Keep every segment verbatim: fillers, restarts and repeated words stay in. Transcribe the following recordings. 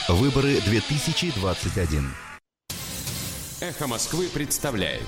Выборы две тысячи двадцать один. «Эхо Москвы» представляет.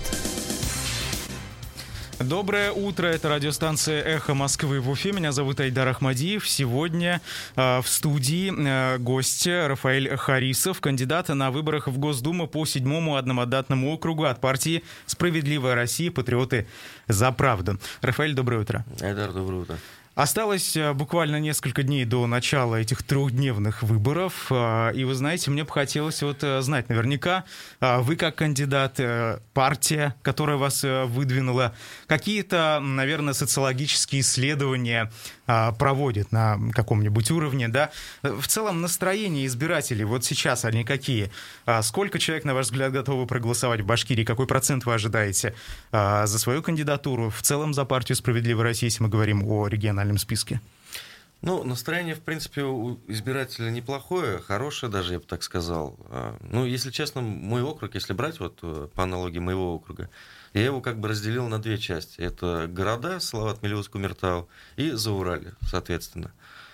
Доброе утро, это радиостанция «Эхо Москвы» в Уфе. Меня зовут Айдар Ахмадиев. Сегодня э, в студии э, гость Рафаэль Харисов, кандидат на выборах в Госдуму по седьмому одномандатному округу от партии «Справедливая Россия. Патриоты за правду». Рафаэль, доброе утро. Айдар, доброе утро. Осталось буквально несколько дней до начала этих трехдневных выборов, и вы знаете, мне бы хотелось вот знать наверняка, вы как кандидат, партия, которая вас выдвинула, какие-то, наверное, социологические исследования проводит на каком-нибудь уровне, да? В целом настроение избирателей вот сейчас они какие? Сколько человек, на ваш взгляд, готовы проголосовать в Башкирии? Какой процент вы ожидаете за свою кандидатуру? В целом за партию «Справедливая Россия», если мы говорим о региональном списке? Ну, настроение, в принципе, у избирателя неплохое, хорошее даже, я бы так сказал. Ну, если честно, мой округ, если брать вот по аналогии моего округа, я его как бы разделил на две части. Это города, Салават, Мелеуз, Кумертау, и Зауралье, соответственно.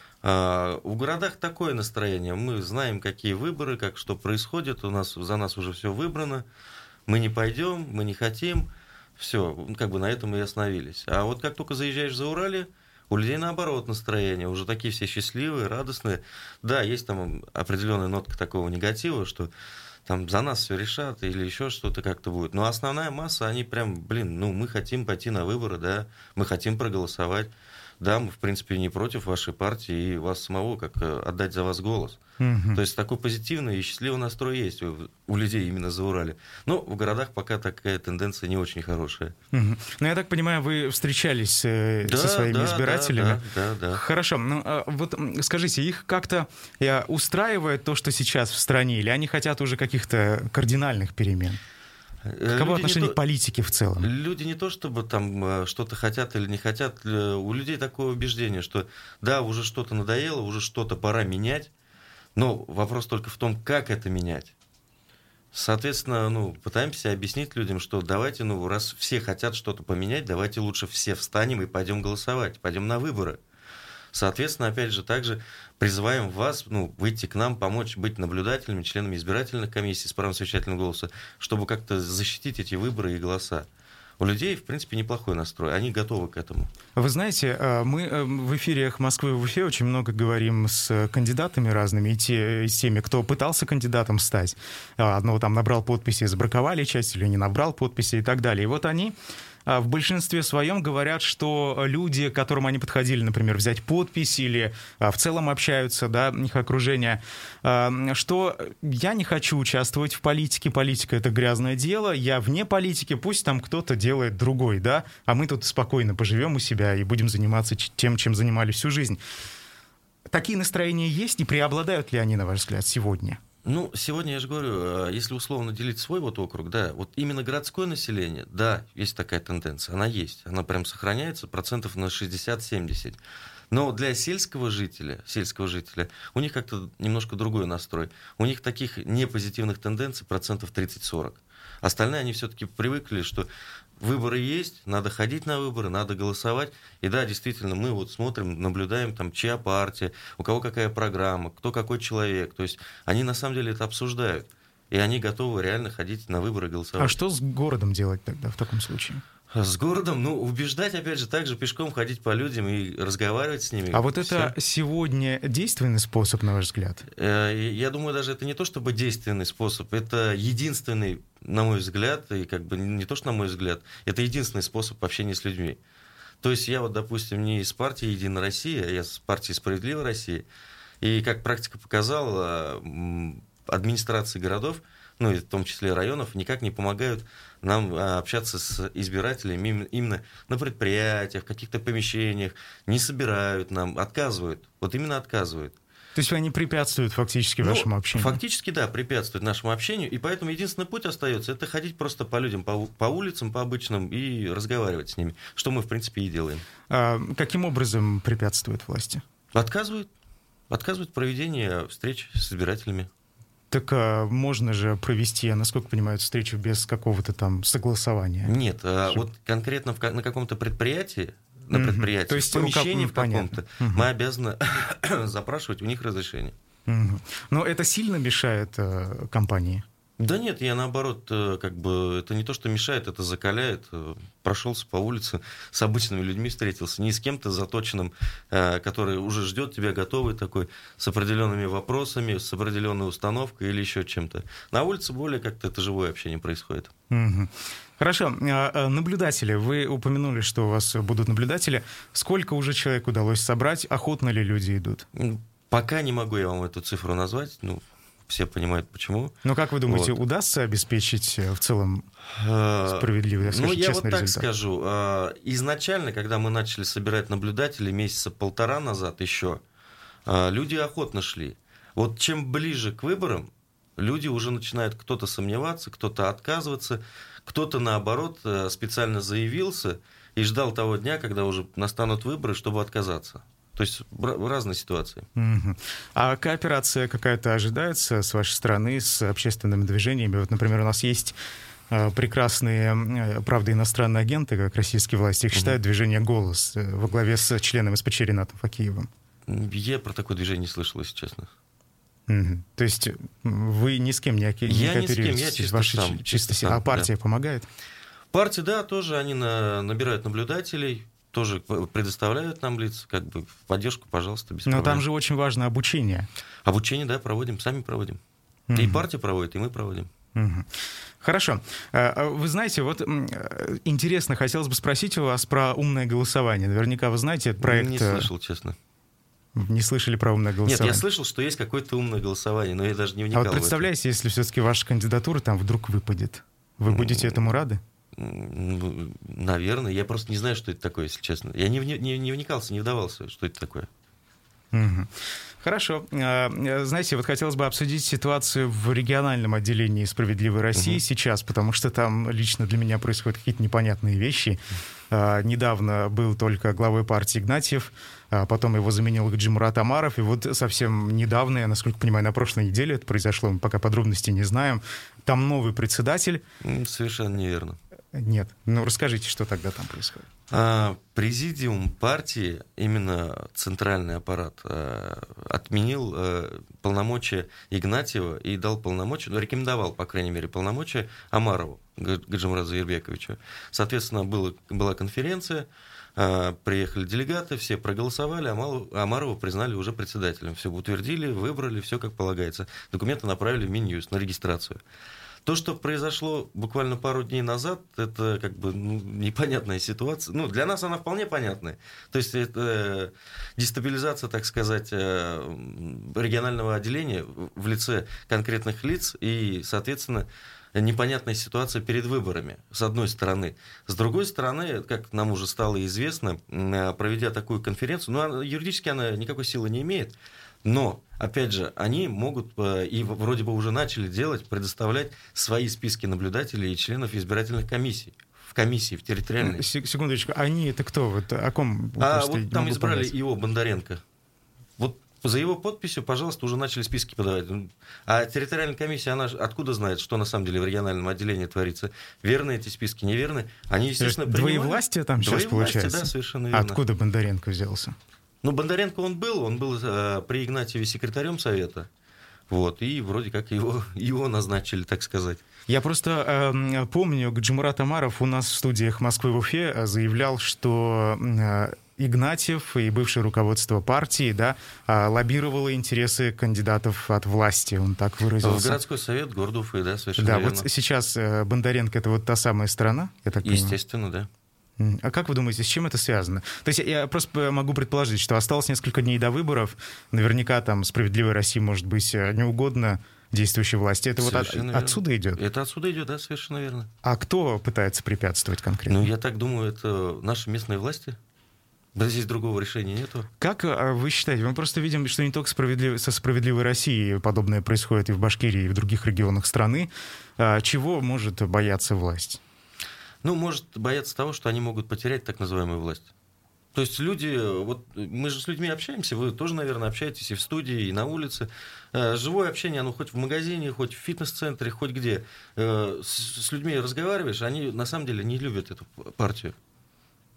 В городах такое настроение. Мы знаем, какие выборы, как что происходит. У нас, за нас уже все выбрано. Мы не пойдем, мы не хотим. Все, как бы на этом и остановились. А вот как только заезжаешь в Зауралье, у людей наоборот настроение, уже такие все счастливые, радостные. Да, есть там определенная нотка такого негатива, что там за нас все решат или еще что-то как-то будет. Но основная масса, они прям, блин, ну мы хотим пойти на выборы, да, мы хотим проголосовать. Да, мы, в принципе, не против вашей партии и вас самого, как отдать за вас голос. Mm-hmm. То есть такой позитивный и счастливый настрой есть у, у людей именно за Урале. Но в городах пока такая тенденция не очень хорошая. Mm-hmm. Ну, я так понимаю, вы встречались э, да, со своими да, избирателями. Да, да, да. Хорошо. Ну, а вот скажите, их как-то э, устраивает то, что сейчас в стране, или они хотят уже каких-то кардинальных перемен? Каково отношение то, к политике в целом? Люди не то, чтобы там что-то хотят или не хотят. У людей такое убеждение, что да, уже что-то надоело, уже что-то пора менять, но вопрос только в том, как это менять. Соответственно, ну, пытаемся объяснить людям, что давайте, ну, раз все хотят что-то поменять, давайте лучше все встанем и пойдем голосовать, пойдем на выборы. Соответственно, опять же, также призываем вас, ну, выйти к нам, помочь быть наблюдателями, членами избирательных комиссий с правом совещательного голоса, чтобы как-то защитить эти выборы и голоса. У людей, в принципе, неплохой настрой, они готовы к этому. Вы знаете, мы в эфире «Эхо Москвы» в Уфе очень много говорим с кандидатами разными, и, те, и с теми, кто пытался кандидатом стать, ну, там, набрал подписи, забраковали часть или не набрал подписи и так далее. И вот они в большинстве своем говорят, что люди, к которым они подходили, например, взять подпись или в целом общаются, да, их окружение, что я не хочу участвовать в политике, политика — это грязное дело, я вне политики, пусть там кто-то делает другой, да, а мы тут спокойно поживем у себя и будем заниматься тем, чем занимались всю жизнь. Такие настроения есть, и преобладают ли они, на ваш взгляд, сегодня? Ну, сегодня, я же говорю, если условно делить свой вот округ, да, вот именно городское население, да, есть такая тенденция, она есть, она прям сохраняется процентов на шестьдесят-семьдесят. Но для сельского жителя, сельского жителя, у них как-то немножко другой настрой. У них таких непозитивных тенденций процентов тридцать-сорок. Остальные, они все-таки привыкли, что выборы есть, надо ходить на выборы, надо голосовать. И да, действительно, мы вот смотрим, наблюдаем, там, чья партия, у кого какая программа, кто какой человек. То есть они на самом деле это обсуждают. И они готовы реально ходить на выборы и голосовать. А что с городом делать тогда в таком случае? С городом, ну, убеждать, опять же, также пешком ходить по людям и разговаривать с ними. А вот Всё. это сегодня действенный способ, на ваш взгляд? Я думаю, даже это не то чтобы действенный способ, это единственный, на мой взгляд, и как бы не то, что на мой взгляд, это единственный способ общения с людьми. То есть я вот, допустим, не из партии «Единая Россия», я с партии «Справедливая Россия», и как практика показала, администрации городов, ну и в том числе районов, никак не помогают нам общаться с избирателями именно на предприятиях, в каких-то помещениях, не собирают нам, отказывают, вот именно отказывают. То есть они препятствуют фактически ну, вашему общению? Фактически, да, препятствуют нашему общению, и поэтому единственный путь остается — это ходить просто по людям, по, по улицам, по обычным, и разговаривать с ними, что мы, в принципе, и делаем. А каким образом препятствуют власти? Отказывают. Отказывают в проведении встреч с избирателями. Так а, можно же провести, я насколько понимаю, встречу без какого-то там согласования? Нет, а вот конкретно в, на каком-то предприятии, на предприятии, То есть в помещении в каком-то, uh-huh. мы обязаны запрашивать у них разрешение. Угу. Но это сильно мешает э, компании? Да нет, я наоборот, как бы, это не то, что мешает, это закаляет. Прошелся по улице, с обычными людьми встретился, не с кем-то заточенным, который уже ждет тебя, готовый такой, с определенными вопросами, с определенной установкой или еще чем-то. На улице более как-то это живое общение происходит. Угу. Хорошо. Наблюдатели. Вы упомянули, что у вас будут наблюдатели. Сколько уже человек удалось собрать? Охотно ли люди идут? Пока не могу я вам эту цифру назвать, ну, все понимают, почему. Ну, как вы думаете, вот. Удастся обеспечить в целом справедливый, ну, я вот так результат? скажу. Изначально, когда мы начали собирать наблюдателей месяца полтора назад еще, люди охотно шли. Вот чем ближе к выборам, люди уже начинают кто-то сомневаться, кто-то отказываться, кто-то, наоборот, специально заявился и ждал того дня, когда уже настанут выборы, чтобы отказаться. То есть в разные ситуации. Угу. А кооперация какая-то ожидается с вашей стороны с общественными движениями? Вот, например, у нас есть э, прекрасные, э, правда, иностранные агенты, как российские власти. Их считают угу. движение «Голос» э, во главе с членом СПЧ Ринатом Факиевым. Я про такое движение не слышал, если честно. Угу. То есть вы ни с кем не, не я кооперируетесь? Я ни с кем, я чисто ваши, сам. Чисто чисто сам. сам. А партия да. помогает? Партия, да, тоже они на, набирают наблюдателей, тоже предоставляют нам лиц, как бы в поддержку, пожалуйста, без проблем. Но там же очень важно обучение. Обучение, да, проводим, сами проводим. Угу. И партия проводит, и мы проводим. Угу. Хорошо. Вы знаете, вот интересно, хотелось бы спросить у вас про умное голосование. Наверняка вы знаете этот проект. Не слышал, честно. Не слышали про умное голосование? Нет, я слышал, что есть какое-то умное голосование, но я даже не вникал. А вот представляете, если все-таки ваша кандидатура там вдруг выпадет, вы будете этому рады? Наверное. Я просто не знаю, что это такое, если честно. Я не, не, не вникался, не вдавался, что это такое. Угу. Хорошо. Знаете, вот хотелось бы обсудить ситуацию в региональном отделении «Справедливой России» угу. сейчас, потому что там лично для меня происходят какие-то непонятные вещи. Недавно был только главой партии Игнатьев, потом его заменил Гаджимурат Омаров, и вот совсем недавно, я, насколько понимаю, на прошлой неделе это произошло, мы пока подробностей не знаем, там новый председатель. Совершенно неверно. Нет. Ну, расскажите, что тогда там происходит. А, президиум партии, именно центральный аппарат, а, отменил а, полномочия Игнатьева и дал полномочия, ну, рекомендовал, по крайней мере, полномочия Омарову, Гаджимурату Заирбековичу. Соответственно, было, была конференция, а, приехали делегаты, все проголосовали, Омарову, Омарову признали уже председателем. Все утвердили, выбрали, все как полагается. Документы направили в Минюст на регистрацию. То, что произошло буквально пару дней назад, это как бы ну, непонятная ситуация. Ну, для нас она вполне понятная. То есть это дестабилизация, так сказать, регионального отделения в лице конкретных лиц и, соответственно, непонятная ситуация перед выборами, с одной стороны. С другой стороны, как нам уже стало известно, проведя такую конференцию, ну, юридически она никакой силы не имеет, но, опять же, они могут, и вроде бы уже начали делать, предоставлять свои списки наблюдателей и членов избирательных комиссий. В комиссии, в территориальной. Секундочку, они это кто? Вот, о ком? А вот там избрали понять. Его, Бондаренко. Вот за его подписью, пожалуйста, уже начали списки подавать. А территориальная комиссия, она откуда знает, что на самом деле в региональном отделении творится? Верны эти списки, неверны? Они, естественно, принимают. Двоевластие там сейчас получается? Да, совершенно верно. А откуда Бондаренко взялся? Ну, Бондаренко он был, он был э, при Игнатьеве секретарем Совета, вот, и вроде как его, его назначили, так сказать. Я просто э, помню, Гаджимурат Омаров у нас в студиях Москвы в Уфе заявлял, что э, Игнатьев и бывшее руководство партии, да, э, лоббировало интересы кандидатов от власти, он так выразился. В городской совет города Уфы, да, совершенно да, верно. Вот сейчас э, Бондаренко — это вот та самая сторона, я так понимаю? Естественно, да. А как вы думаете, с чем это связано? То есть я просто могу предположить, что осталось несколько дней до выборов, наверняка там «Справедливой России» может быть не угодно действующей власти. Это совершенно вот от, отсюда идет? Это отсюда идет, да, совершенно верно. А кто пытается препятствовать конкретно? Ну, я так думаю, это наши местные власти. Здесь другого решения нету. Как вы считаете? Мы просто видим, что не только справедлив... со «Справедливой Россией» подобное происходит и в Башкирии, и в других регионах страны. Чего может бояться власть? Ну, может бояться того, что они могут потерять так называемую власть. То есть люди, вот мы же с людьми общаемся, вы тоже, наверное, общаетесь и в студии, и на улице. Живое общение, оно хоть в магазине, хоть в фитнес-центре, хоть где. С людьми разговариваешь, они на самом деле не любят эту партию.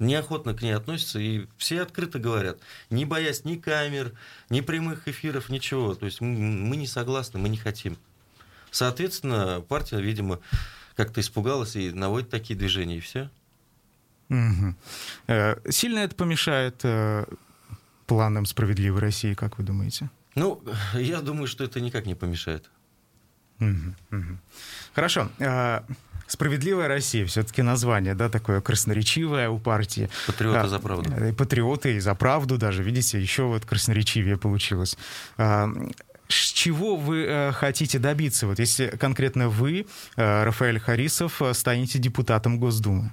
неохотно к ней относятся, и все открыто говорят, не боясь ни камер, ни прямых эфиров, ничего. То есть мы не согласны, мы не хотим. Соответственно, партия, видимо, как-то испугалась и наводит такие движения, и все. Угу. Сильно это помешает планам «Справедливой России», как вы думаете? Ну, я думаю, что это никак не помешает. Угу, угу. Хорошо. «Справедливая Россия» все-таки название, да, такое красноречивое у партии. Патриоты а, за правду. Патриоты и за правду даже, видите, еще вот красноречивее получилось. А, с чего вы а, хотите добиться, вот если конкретно вы, а, Рафаэль Харисов, станете депутатом Госдумы?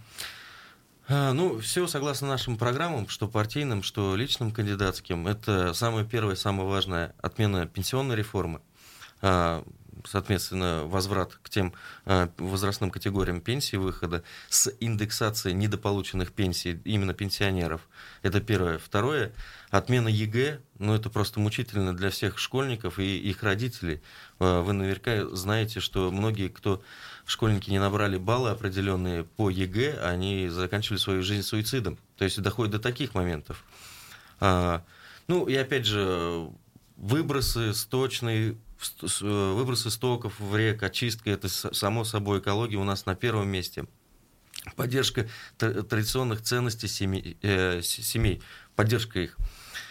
А, ну, все согласно нашим программам, что партийным, что личным кандидатским. Это самое первое, самое важное — отмена пенсионной реформы. А, соответственно, возврат к тем а, возрастным категориям пенсии выхода с индексацией недополученных пенсий именно пенсионеров. Это первое. Второе — отмена ЕГЭ. Ну, это просто мучительно для всех школьников и их родителей. А, вы наверняка знаете, что многие, кто школьники не набрали баллы определенные по ЕГЭ, они заканчивали свою жизнь суицидом. То есть доходит до таких моментов. А, ну, и опять же, выбросы сточные, выбросы стоков в рек, очистка, это само собой экология у нас на первом месте. Поддержка традиционных ценностей семей, э, семей поддержка их.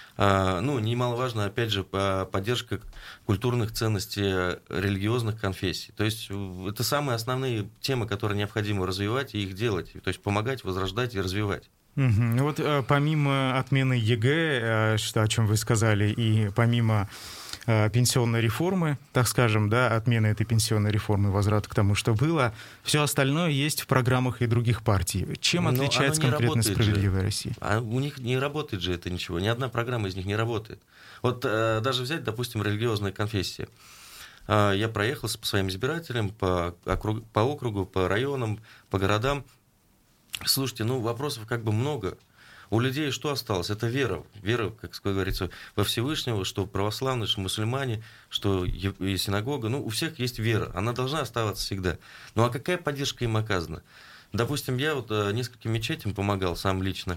А, ну, немаловажно, опять же, поддержка культурных ценностей религиозных конфессий. То есть это самые основные темы, которые необходимо развивать и их делать. То есть помогать, возрождать и развивать. Угу. Вот э, помимо отмены ЕГЭ, э, что, о чем вы сказали, и помимо э, пенсионной реформы, так скажем, да, отмены этой пенсионной реформы, возврат к тому, что было, все остальное есть в программах и других партий. Чем Но отличается конкретно «Справедливая Россия»? А у них не работает же это ничего, ни одна программа из них не работает. Вот э, даже взять, допустим, религиозные конфессии. Э, я проехался по своим избирателям, по, округ, по округу, по районам, по городам. Слушайте, ну вопросов как бы много. У людей что осталось? Это вера. Вера, как говорится, во Всевышнего, что православные, что мусульмане, что и синагога. Ну, у всех есть вера. Она должна оставаться всегда. Ну, а какая поддержка им оказана? Допустим, я вот нескольким мечетям помогал сам лично.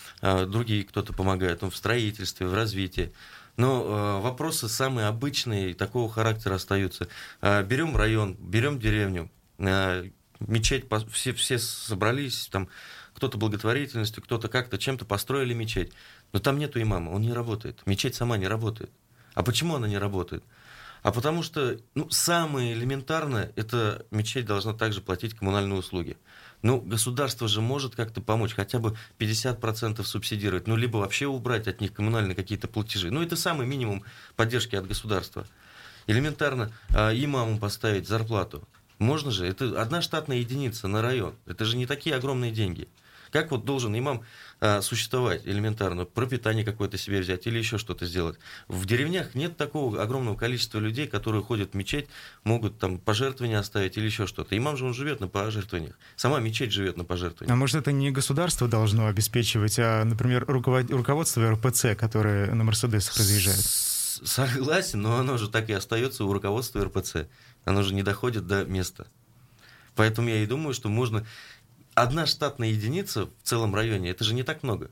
Другие кто-то помогает, ну, в строительстве, в развитии. Но вопросы самые обычные такого характера остаются. Берем район, берем деревню, мечеть, все, все собрались, там кто-то благотворительностью, кто-то как-то чем-то построили мечеть. Но там нету имама, он не работает. Мечеть сама не работает. А почему она не работает? А потому что, ну, самое элементарное, это мечеть должна также платить коммунальные услуги. Ну, государство же может как-то помочь, хотя бы пятьдесят процентов субсидировать, ну, либо вообще убрать от них коммунальные какие-то платежи. Ну, это самый минимум поддержки от государства. Элементарно а, имаму поставить зарплату. Можно же, это одна штатная единица на район. Это же не такие огромные деньги. Как вот должен имам а, существовать элементарно, пропитание какое-то себе взять или еще что-то сделать? В деревнях нет такого огромного количества людей, которые ходят в мечеть, могут там пожертвования оставить или еще что-то. Имам же он живет на пожертвованиях. Сама мечеть живет на пожертвованиях. А может, это не государство должно обеспечивать, а, например, руковод... руководство эр пэ цэ, которое на Мерседесах разъезжает? Согласен, но оно же так и остается у руководства эр пэ цэ. Оно же не доходит до места. Поэтому я и думаю, что можно... Одна штатная единица в целом районе, это же не так много.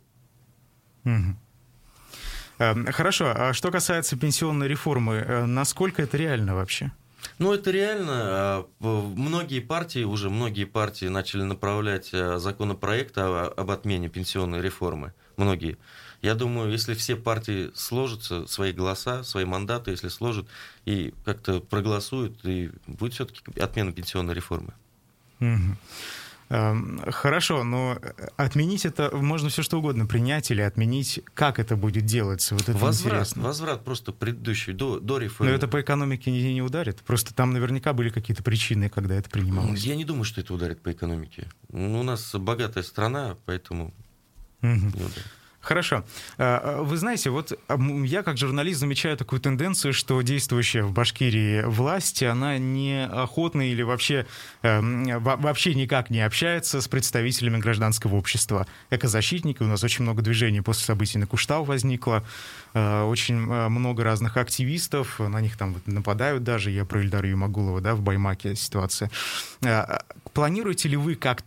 Угу. Хорошо, а что касается пенсионной реформы, насколько это реально вообще? Ну, это реально. Многие партии, уже многие партии начали направлять законопроекты об отмене пенсионной реформы. Многие. Я думаю, если все партии сложатся, свои голоса, свои мандаты, если сложат и как-то проголосуют, и будет все-таки отмена пенсионной реформы. Угу. Хорошо, но отменить это можно все что угодно принять или отменить. Как это будет делаться? Вот это возврат, интересно. Возврат просто предыдущий, до, до реформы. Но это по экономике не, не ударит? Просто там наверняка были какие-то причины, когда это принималось. Я не думаю, что это ударит по экономике. У нас богатая страна, поэтому угу. не ударит. Хорошо. Вы знаете, вот я как журналист замечаю такую тенденцию, что действующая в Башкирии власть, она неохотно или вообще, вообще никак не общается с представителями гражданского общества. Экозащитники, у нас очень много движений после событий на Куштау возникло, очень много разных активистов, на них там нападают даже, я про Ильдара Юмагулова, да, в Баймаке ситуация. Планируете ли вы как-то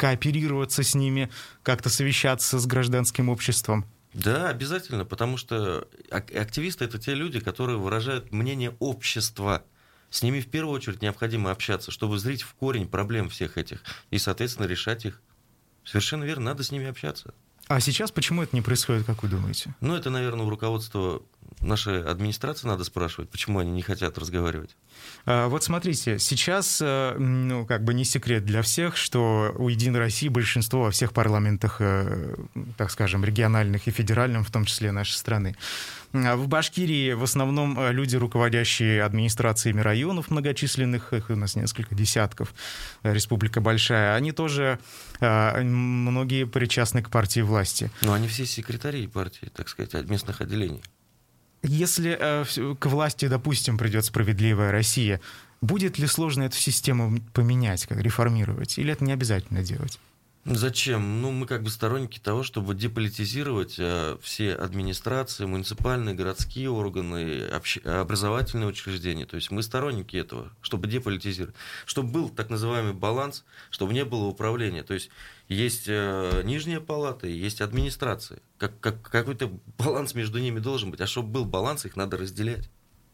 кооперироваться с ними, как-то совещаться с гражданским обществом? Да, обязательно, потому что активисты — это те люди, которые выражают мнение общества. С ними в первую очередь необходимо общаться, чтобы зрить в корень проблем всех этих и, соответственно, решать их. Совершенно верно, надо с ними общаться. А сейчас почему это не происходит, как вы думаете? Ну, это, наверное, у руководства нашей администрации надо спрашивать, почему они не хотят разговаривать. А, вот смотрите, сейчас, ну, как бы не секрет для всех, что у «Единой России» большинство во всех парламентах, так скажем, региональных и федеральных, в том числе нашей страны. В Башкирии в основном люди, руководящие администрациями районов многочисленных, их у нас несколько десятков, республика большая, они тоже, многие причастны к партии власти. Но они все секретари партии, так сказать, от местных отделений. Если э, к власти, допустим, придет «Справедливая Россия», будет ли сложно эту систему поменять, как реформировать? Или это не обязательно делать? Зачем? Ну, мы как бы сторонники того, чтобы деполитизировать э, все администрации, муниципальные, городские органы, общ... образовательные учреждения. То есть мы сторонники этого, чтобы деполитизировать. Чтобы был так называемый баланс, чтобы не было управления. То есть есть э, нижняя палата и есть администрация. Как, как, какой-то баланс между ними должен быть. А чтобы был баланс, их надо разделять.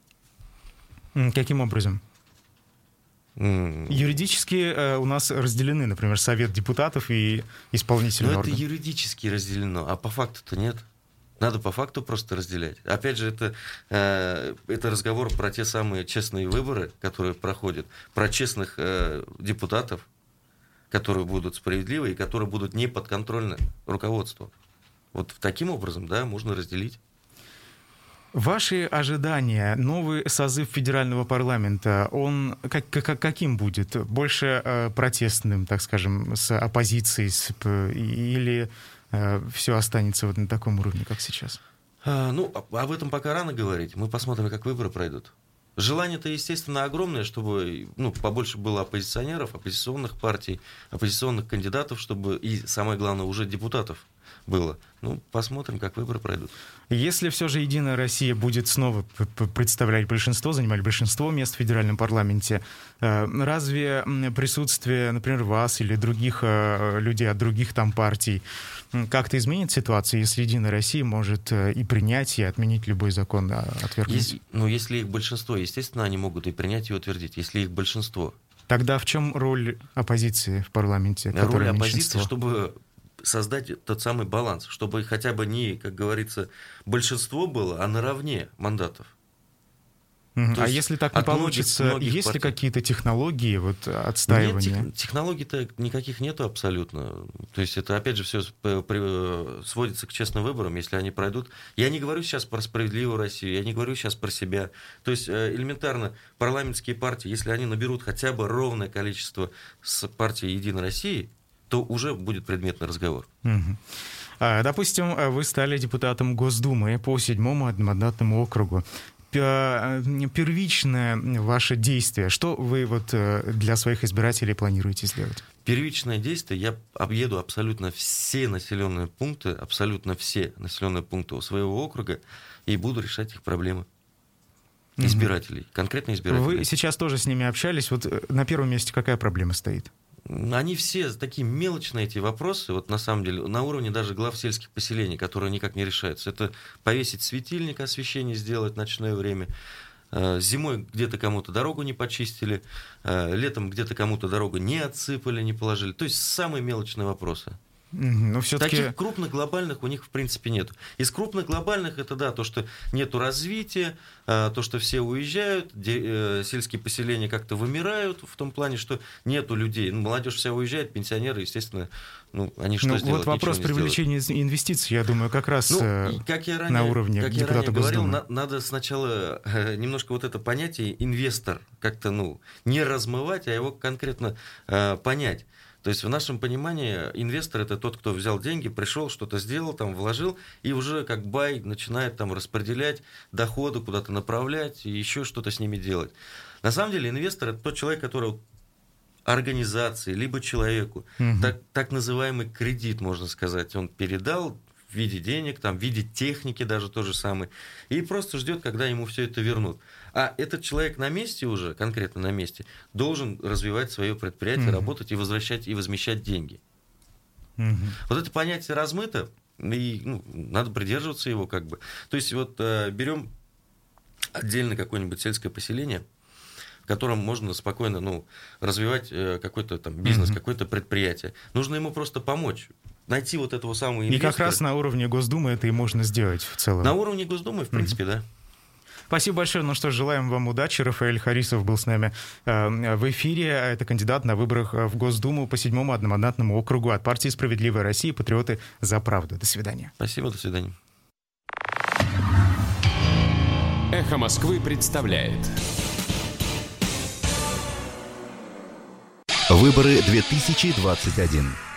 Каким образом? Юридически э, у нас разделены, например, Совет депутатов и исполнительный Но орган. это юридически разделено, а по факту-то нет. Надо по факту просто разделять. Опять же, это, э, это разговор про те самые честные выборы, которые проходят, про честных э, депутатов, которые будут справедливы и которые будут не подконтрольны руководству. Вот таким образом, да, можно разделить. Ваши ожидания, новый созыв федерального парламента, он как, как, каким будет? Больше э, протестным, так скажем, с оппозицией, с, или э, все останется вот на таком уровне, как сейчас? А, ну, об этом пока рано говорить. Мы посмотрим, как выборы пройдут. Желание-то, естественно, огромное, чтобы ну, побольше было оппозиционеров, оппозиционных партий, оппозиционных кандидатов, чтобы и, самое главное, уже депутатов было. Ну, посмотрим, как выборы пройдут. Если все же «Единая Россия» будет снова представлять большинство, занимать большинство мест в федеральном парламенте, разве присутствие, например, вас или других людей от других там партий как-то изменит ситуацию, если «Единая Россия» может и принять, и отменить любой закон, отвергнуть? Если, ну, если их большинство, естественно, они могут и принять, и утвердить, если их большинство. Тогда в чем роль оппозиции в парламенте? Роль оппозиции, чтобы создать тот самый баланс, чтобы хотя бы не, как говорится, большинство было, а наравне мандатов. Uh-huh. А если так не получится, многих, есть ли какие-то технологии вот, отстаивания? Нет, технологий-то никаких нету абсолютно. То есть это, опять же, все сводится к честным выборам, если они пройдут. Я не говорю сейчас про «Справедливую Россию», я не говорю сейчас про себя. То есть элементарно парламентские партии, если они наберут хотя бы ровное количество с партией «Единой России», то уже будет предметный разговор. Uh-huh. Допустим, вы стали депутатом Госдумы по седьмому одномандатному округу. Первичное ваше действие, что вы вот для своих избирателей планируете сделать? Первичное действие, я объеду абсолютно все населенные пункты, абсолютно все населенные пункты у своего округа и буду решать их проблемы. Избирателей, угу. конкретно избирателей. Вы сейчас тоже с ними общались. Вот на первом месте какая проблема стоит? Они все такие мелочные, эти вопросы, вот на самом деле, на уровне даже глав сельских поселений, которые никак не решаются. Это повесить светильник, освещение сделать в ночное время. Зимой где-то кому-то дорогу не почистили, летом где-то кому-то дорогу не отсыпали, не положили. То есть самые мелочные вопросы. Но все-таки... Таких крупных глобальных у них в принципе нет. Из крупных глобальных это да, то, что нету развития, то, что все уезжают, сельские поселения как-то вымирают в том плане, что нету людей. Ну, молодежь вся уезжает, пенсионеры, естественно, ну, они что ну, сделают? Вот вопрос привлечения инвестиций, я думаю, как раз ну, как я ранее, на уровне как депутата я ранее говорил, Госдумы. на, надо сначала немножко вот это понятие инвестор как-то ну, не размывать, а его конкретно э, понять. То есть в нашем понимании инвестор — это тот, кто взял деньги, пришел, что-то сделал, там, вложил, и уже как бай начинает там распределять доходы, куда-то направлять, и еще что-то с ними делать. На самом деле инвестор — это тот человек, который организации, либо человеку, угу. так, так называемый кредит, можно сказать, он передал в виде денег, там, в виде техники даже то же самое, и просто ждет, когда ему все это вернут. А этот человек на месте уже, конкретно на месте, должен развивать свое предприятие, mm-hmm. работать и возвращать, и возмещать деньги. Угу. Вот это понятие размыто, и ну, надо придерживаться его как бы. То есть вот э, берем отдельно какое-нибудь сельское поселение, в котором можно спокойно ну, развивать э, какой-то там бизнес, mm-hmm. какое-то предприятие. Нужно ему просто помочь, найти вот этого самого инвестора. И как раз на уровне Госдумы это и можно сделать в целом. На уровне Госдумы, в принципе, mm-hmm. да. Спасибо большое. Ну что ж, желаем вам удачи. Рафаэль Харисов был с нами э, в эфире. Это кандидат на выборах в Госдуму по седьмому одномандатному округу от партии «Справедливая Россия. Патриоты за правду». До свидания. Спасибо, до свидания. «Эхо Москвы» представляет. Выборы две тысячи двадцать один.